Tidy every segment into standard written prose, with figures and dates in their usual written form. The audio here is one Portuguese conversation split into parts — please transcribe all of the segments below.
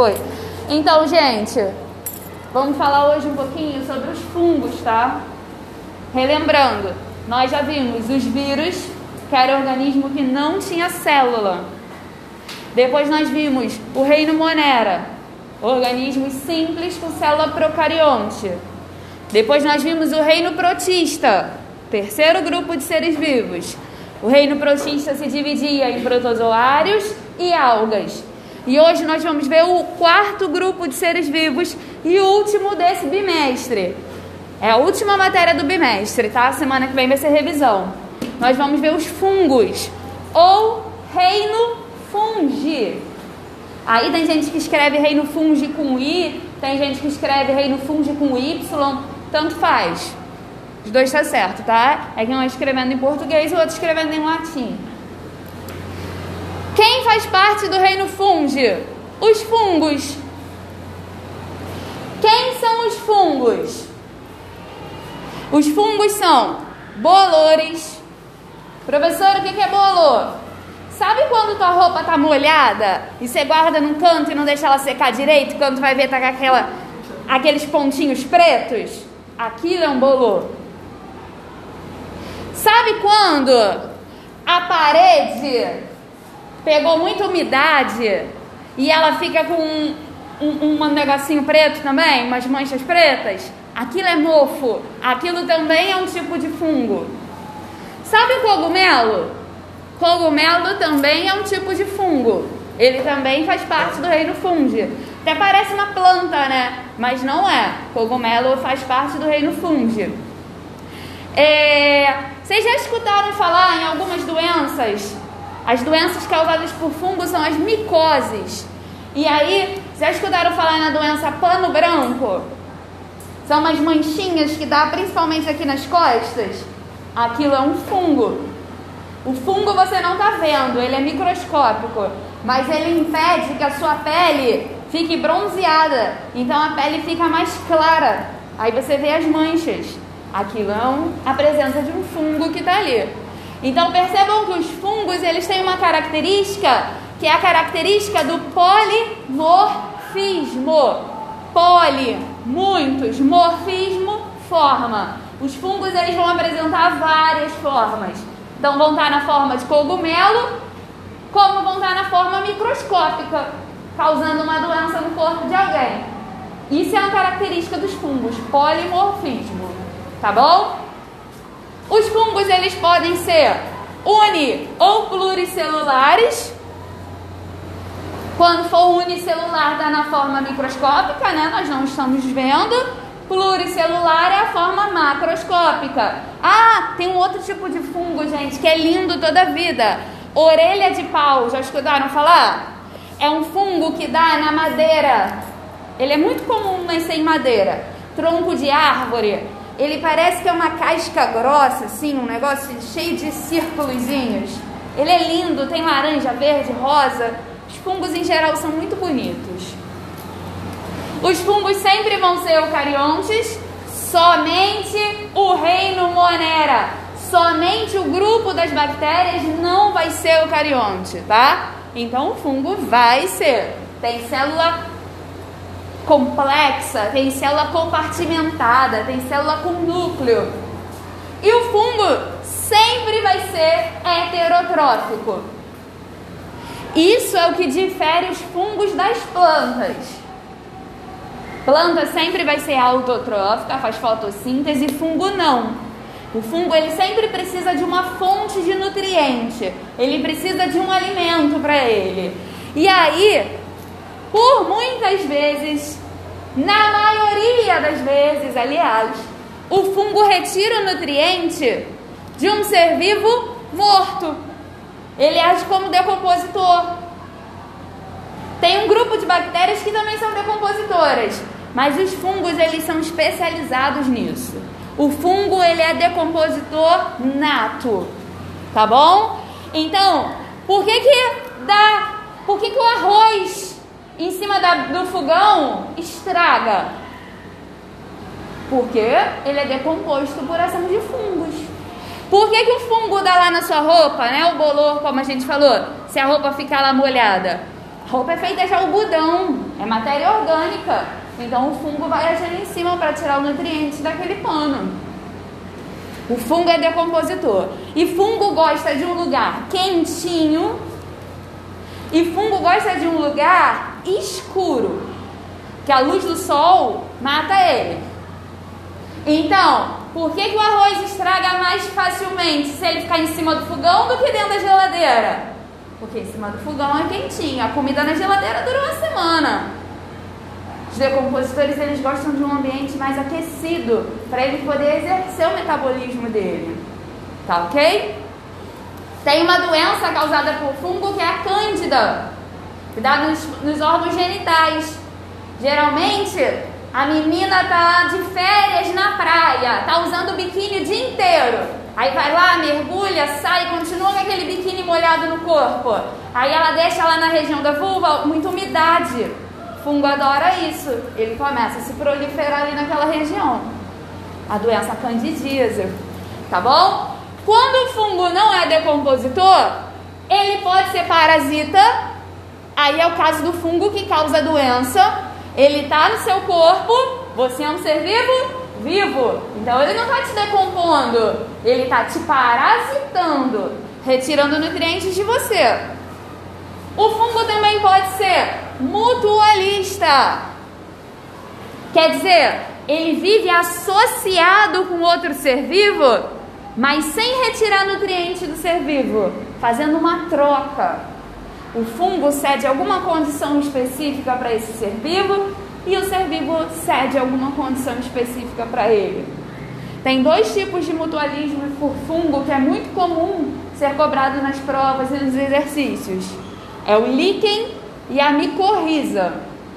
Foi. Então, gente, vamos falar hoje um pouquinho sobre os fungos, tá? Relembrando, nós já vimos os vírus, que era um organismo que não tinha célula. Depois nós vimos o reino Monera, organismos simples com célula procarionte. Depois nós vimos o reino protista, terceiro grupo de seres vivos. O reino protista se dividia em protozoários e algas. E hoje nós vamos ver o quarto grupo de seres vivos e o último desse bimestre. É a última matéria do bimestre, tá? Semana que vem vai ser revisão. Nós vamos ver os fungos, ou reino fungi. Aí tem gente que escreve reino fungi com I, tem gente que escreve reino fungi com Y, tanto faz. Os dois tá certo, tá? É que um é escrevendo em português e o outro escrevendo em latim. Quem faz parte do reino fungi? Os fungos. Quem são os fungos? Os fungos são bolores. Professor, o que é bolor? Sabe quando tua roupa tá molhada e você guarda num canto e não deixa ela secar direito? Quando tu vai ver tá com aqueles pontinhos pretos? Aquilo é um bolor. Sabe quando a parede pegou muita umidade e ela fica com um negocinho preto também, umas manchas pretas? Aquilo é mofo. Aquilo também é um tipo de fungo. Sabe o cogumelo? Cogumelo também é um tipo de fungo. Ele também faz parte do reino fungi. Até parece uma planta, né? Mas não é. Cogumelo faz parte do reino fungi. Vocês já escutaram falar em algumas doenças? As doenças causadas por fungos são as micoses. E aí, já escutaram falar na doença pano branco? São umas manchinhas que dá principalmente aqui nas costas. Aquilo é um fungo. O fungo você não está vendo, ele é microscópico, mas ele impede que a sua pele fique bronzeada. Então a pele fica mais clara. Aí você vê as manchas. Aquilo é a presença de um fungo que está ali. Então percebam que os fungos eles têm uma característica que é a característica do polimorfismo. Poli, muitos, morfismo, forma. Os fungos eles vão apresentar várias formas. Então vão estar na forma de cogumelo, como vão estar na forma microscópica, causando uma doença no corpo de alguém. Isso é uma característica dos fungos, polimorfismo, tá bom? Os fungos eles podem ser uni ou pluricelulares. Quando for unicelular está na forma microscópica, né? Nós não estamos vendo. Pluricelular é a forma macroscópica. Ah, tem um outro tipo de fungo, gente, que é lindo toda a vida. Orelha de pau, já escutaram falar? É um fungo que dá na madeira. Ele é muito comum nascer em madeira. Tronco de árvore. Ele parece que é uma casca grossa, assim, um negócio cheio de círculozinhos. Ele é lindo, tem laranja, verde, rosa. Os fungos em geral são muito bonitos. Os fungos sempre vão ser eucariontes, somente o reino Monera, somente o grupo das bactérias não vai ser eucarionte, tá? Então o fungo vai ser. Tem célula complexa, tem célula compartimentada, tem célula com núcleo. E o fungo sempre vai ser heterotrófico. Isso é o que difere os fungos das plantas. Planta sempre vai ser autotrófica, faz fotossíntese, fungo não. O fungo ele sempre precisa de uma fonte de nutriente, ele precisa de um alimento para ele. E aí, por muitas vezes, na maioria das vezes, aliás, o fungo retira o nutriente de um ser vivo morto. Ele age como decompositor. Tem um grupo de bactérias que também são decompositoras, mas os fungos eles são especializados nisso. O fungo ele é decompositor nato, tá bom? Então, por que o arroz em cima do fogão estraga? Porque ele é decomposto por ação de fungos. Por que o fungo dá lá na sua roupa, né? O bolor, como a gente falou, se a roupa ficar lá molhada. Roupa é feita de algodão, é matéria orgânica. Então o fungo vai agir em cima para tirar o nutriente daquele pano. O fungo é decompositor. E fungo gosta de um lugar quentinho. E fungo gosta de um lugar escuro, que a luz do sol mata ele. Então, por que o arroz estraga mais facilmente se ele ficar em cima do fogão do que dentro da geladeira? Porque em cima do fogão é quentinho. A comida na geladeira dura uma semana. Os decompositores, eles gostam de um ambiente mais aquecido, para ele poder exercer o metabolismo dele. Tá ok? Tem uma doença causada por fungo que é a cândida, que dá nos órgãos genitais. Geralmente, a menina tá de férias na praia, tá usando o biquíni o dia inteiro. Aí vai lá, mergulha, sai, continua com aquele biquíni molhado no corpo. Aí ela deixa lá na região da vulva muita umidade. O fungo adora isso. Ele começa a se proliferar ali naquela região. A doença candidíase. Tá bom? Quando o fungo não é decompositor, ele pode ser parasita. Aí é o caso do fungo que causa a doença. Ele está no seu corpo. Você é um ser vivo? Vivo. Então ele não está te decompondo. Ele está te parasitando, retirando nutrientes de você. O fungo também pode ser mutualista. Quer dizer, ele vive associado com outro ser vivo, mas sem retirar nutriente do ser vivo, fazendo uma troca. O fungo cede alguma condição específica para esse ser vivo e o ser vivo cede alguma condição específica para ele. Tem dois tipos de mutualismo por fungo que é muito comum ser cobrado nas provas e nos exercícios. É o líquen e a micorriza.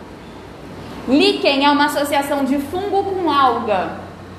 Líquen é uma associação de fungo com alga.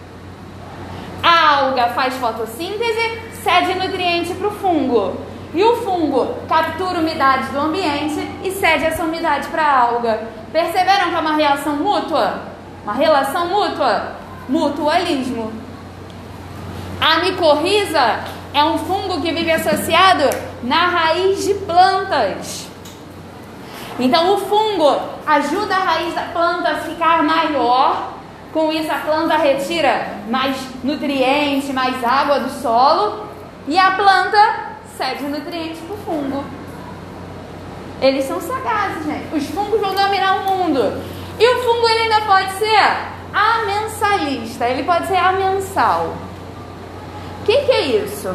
A alga faz fotossíntese, cede nutriente para o fungo. E o fungo captura umidade do ambiente e cede essa umidade para a alga. Perceberam que é uma reação mútua? Uma relação mútua? Mutualismo. A micorriza é um fungo que vive associado na raiz de plantas. Então o fungo ajuda a raiz da planta a ficar maior. Com isso a planta retira mais nutrientes, mais água do solo. E a planta cede nutrientes para o fungo. Eles são sagazes, gente. Os fungos vão dominar o mundo. E o fungo ele ainda pode ser amensalista. Ele pode ser amensal. O que é isso?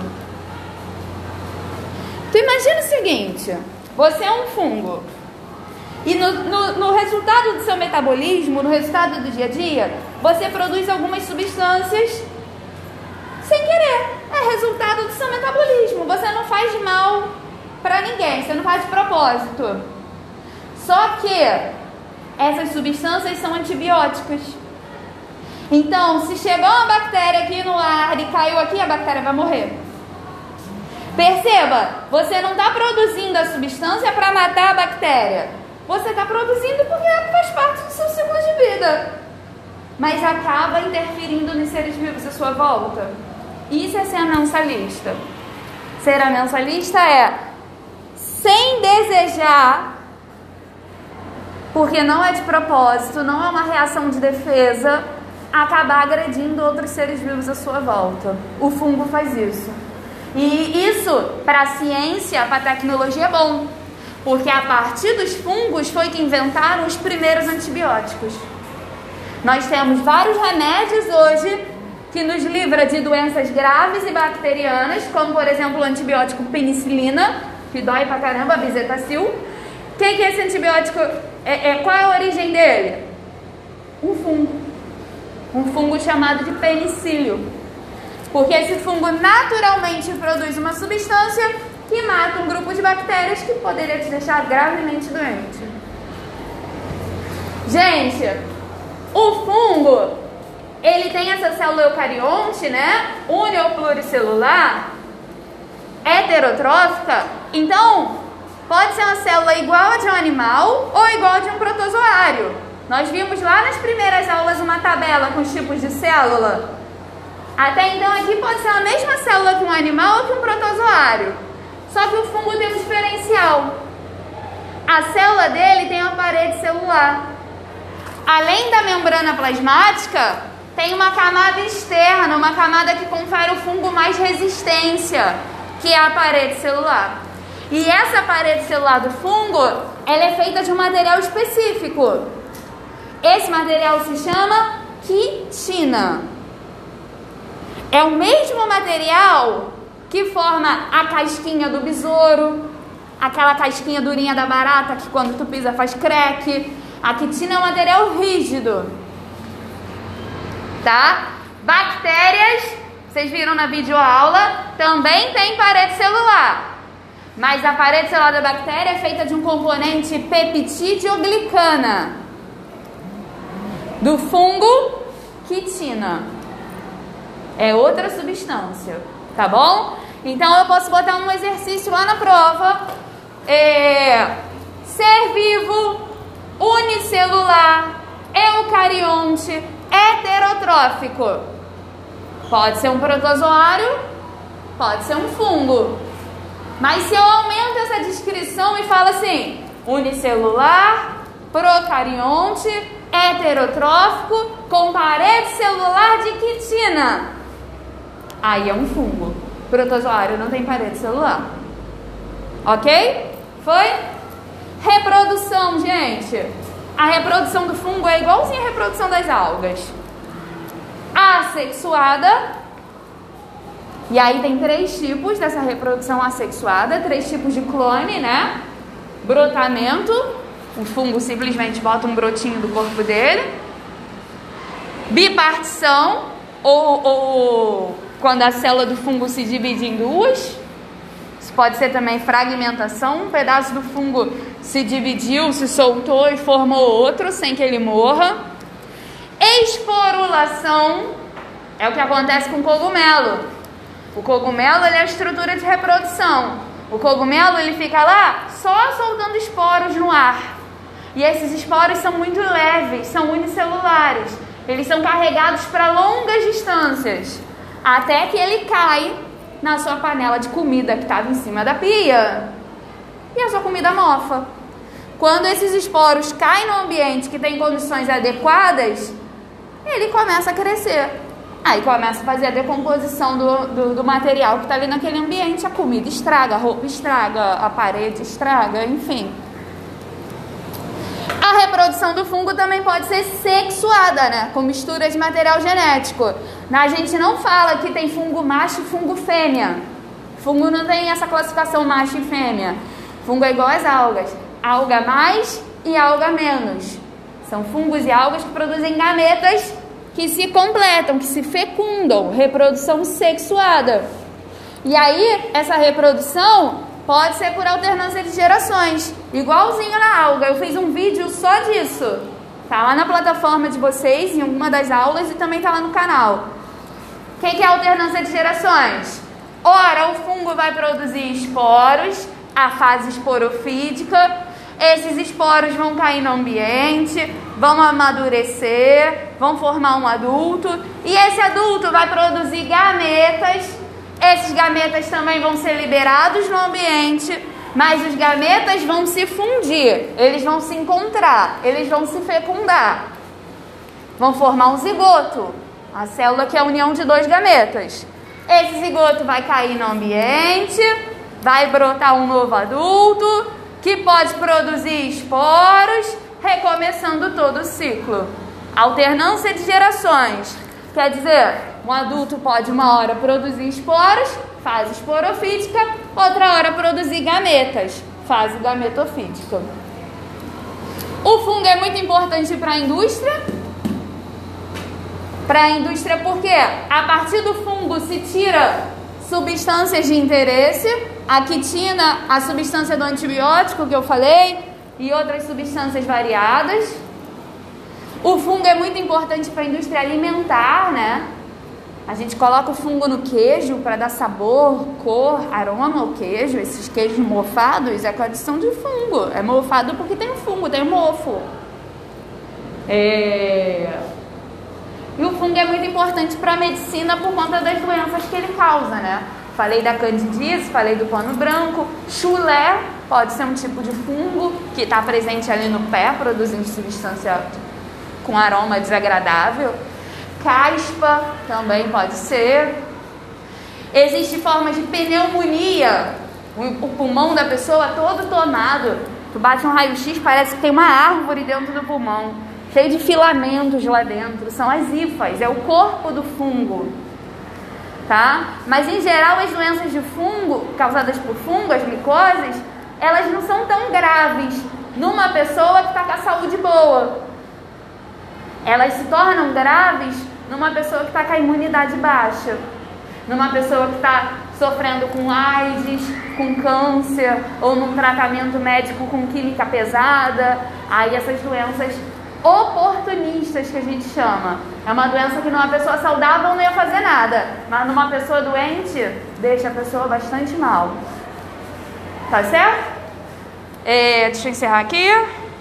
Tu imagina o seguinte. Você é um fungo. E no resultado do seu metabolismo, no resultado do dia a dia, você produz algumas substâncias sem querer. É resultado do seu metabolismo. Você não faz mal para ninguém, você não faz de propósito. Só que essas substâncias são antibióticos. Então, se chegou uma bactéria aqui no ar e caiu aqui, a bactéria vai morrer. Perceba, você não está produzindo a substância para matar a bactéria. Você está produzindo porque faz parte do seu ciclo de vida. Mas acaba interferindo nos seres vivos à sua volta. Isso é ser amensalista. Ser amensalista é, sem desejar, porque não é de propósito, não é uma reação de defesa, acabar agredindo outros seres vivos à sua volta. O fungo faz isso. E isso, para a ciência, para a tecnologia, é bom. Porque a partir dos fungos foi que inventaram os primeiros antibióticos. Nós temos vários remédios hoje que nos livra de doenças graves e bacterianas, como por exemplo o antibiótico penicilina, que dói pra caramba, bezetacil. O que é esse antibiótico? Qual é a origem dele? Um fungo. Um fungo chamado de penicílio. Porque esse fungo naturalmente produz uma substância que mata um grupo de bactérias que poderia te deixar gravemente doente. Gente, o fungo, ele tem essa célula eucarionte, né? Uni ou pluricelular, heterotrófica. Então, pode ser uma célula igual a de um animal ou igual a de um protozoário. Nós vimos lá nas primeiras aulas uma tabela com os tipos de célula. Até então aqui pode ser a mesma célula que um animal ou que um protozoário. Só que o fungo tem um diferencial. A célula dele tem uma parede celular. Além da membrana plasmática, tem uma camada externa, uma camada que confere ao fungo mais resistência, que é a parede celular. E essa parede celular do fungo, ela é feita de um material específico. Esse material se chama quitina. É o mesmo material que forma a casquinha do besouro, aquela casquinha durinha da barata que quando tu pisa faz crack. A quitina é um material rígido, tá? Bactérias, vocês viram na videoaula, também tem parede celular. Mas a parede celular da bactéria é feita de um componente peptidoglicana. Do fungo, quitina. É outra substância, tá bom? Então eu posso botar um exercício lá na prova. Ser vivo, unicelular, eucarionte, heterotrófico. Pode ser um protozoário, pode ser um fungo. Mas se eu aumento essa descrição e falo assim, unicelular, procarionte, heterotrófico, com parede celular de quitina, aí é um fungo. Protozoário não tem parede celular. Ok? Foi? Reprodução, gente. A reprodução do fungo é igualzinha à reprodução das algas. Assexuada. E aí tem 3 tipos dessa reprodução assexuada, 3 tipos de clone, né? Brotamento. O fungo simplesmente bota um brotinho do corpo dele. Bipartição, ou quando a célula do fungo se divide em 2. Isso pode ser também fragmentação. Um pedaço do fungo se dividiu, se soltou e formou outro sem que ele morra. Esporulação é o que acontece com o cogumelo. O cogumelo, ele é a estrutura de reprodução. O cogumelo, ele fica lá só soltando esporos no ar. E esses esporos são muito leves, são unicelulares. Eles são carregados para longas distâncias, até que ele cai na sua panela de comida que estava em cima da pia. E a sua comida mofa. Quando esses esporos caem no ambiente que tem condições adequadas, ele começa a crescer. Aí começa a fazer a decomposição do material que está ali naquele ambiente. A comida estraga, a roupa estraga, a parede estraga, enfim. A reprodução do fungo também pode ser sexuada, né? Com mistura de material genético. A gente não fala que tem fungo macho e fungo fêmea. Fungo não tem essa classificação macho e fêmea. Fungo é igual às algas. Alga mais e alga menos. São fungos e algas que produzem gametas que se completam, que se fecundam. Reprodução sexuada. E aí, essa reprodução pode ser por alternância de gerações, igualzinho na alga. Eu fiz um vídeo só disso. Tá lá na plataforma de vocês, em uma das aulas, e também tá lá no canal. O que é alternância de gerações? Ora, o fungo vai produzir esporos, a fase esporofítica. Esses esporos vão cair no ambiente, vão amadurecer, vão formar um adulto. E esse adulto vai produzir gametas. Esses gametas também vão ser liberados no ambiente, mas os gametas vão se fundir, eles vão se encontrar, eles vão se fecundar. Vão formar um zigoto, a célula que é a união de 2 gametas. Esse zigoto vai cair no ambiente, vai brotar um novo adulto, que pode produzir esporos, recomeçando todo o ciclo. Alternância de gerações, quer dizer, um adulto pode uma hora produzir esporos, fase esporofítica, outra hora produzir gametas, fase gametofítica. O fungo é muito importante para a indústria. Para a indústria porque a partir do fungo se tira substâncias de interesse, a quitina, a substância do antibiótico que eu falei, e outras substâncias variadas. O fungo é muito importante para a indústria alimentar, né? A gente coloca o fungo no queijo para dar sabor, cor, aroma ao queijo. Esses queijos mofados é condição de fungo. É mofado porque tem fungo, tem mofo. E o fungo é muito importante para a medicina por conta das doenças que ele causa, né? Falei da candidíase, falei do pano branco. Chulé Pode ser um tipo de fungo que está presente ali no pé, produzindo substância com aroma desagradável. Caspa também pode ser. Existem formas de pneumonia, o pulmão da pessoa todo tomado. Tu bate um raio-x, parece que tem uma árvore dentro do pulmão, cheio de filamentos lá dentro. São as hifas, é o corpo do fungo, tá? Mas em geral as doenças de fungo, causadas por fungo, as micoses, elas não são tão graves numa pessoa que está com a saúde boa. Elas se tornam graves numa pessoa que está com a imunidade baixa, numa pessoa que está sofrendo com AIDS, com câncer, ou num tratamento médico com química pesada. Aí essas doenças oportunistas que a gente chama. É uma doença que numa pessoa saudável não ia fazer nada, mas numa pessoa doente deixa a pessoa bastante mal. Tá certo? Deixa eu encerrar aqui.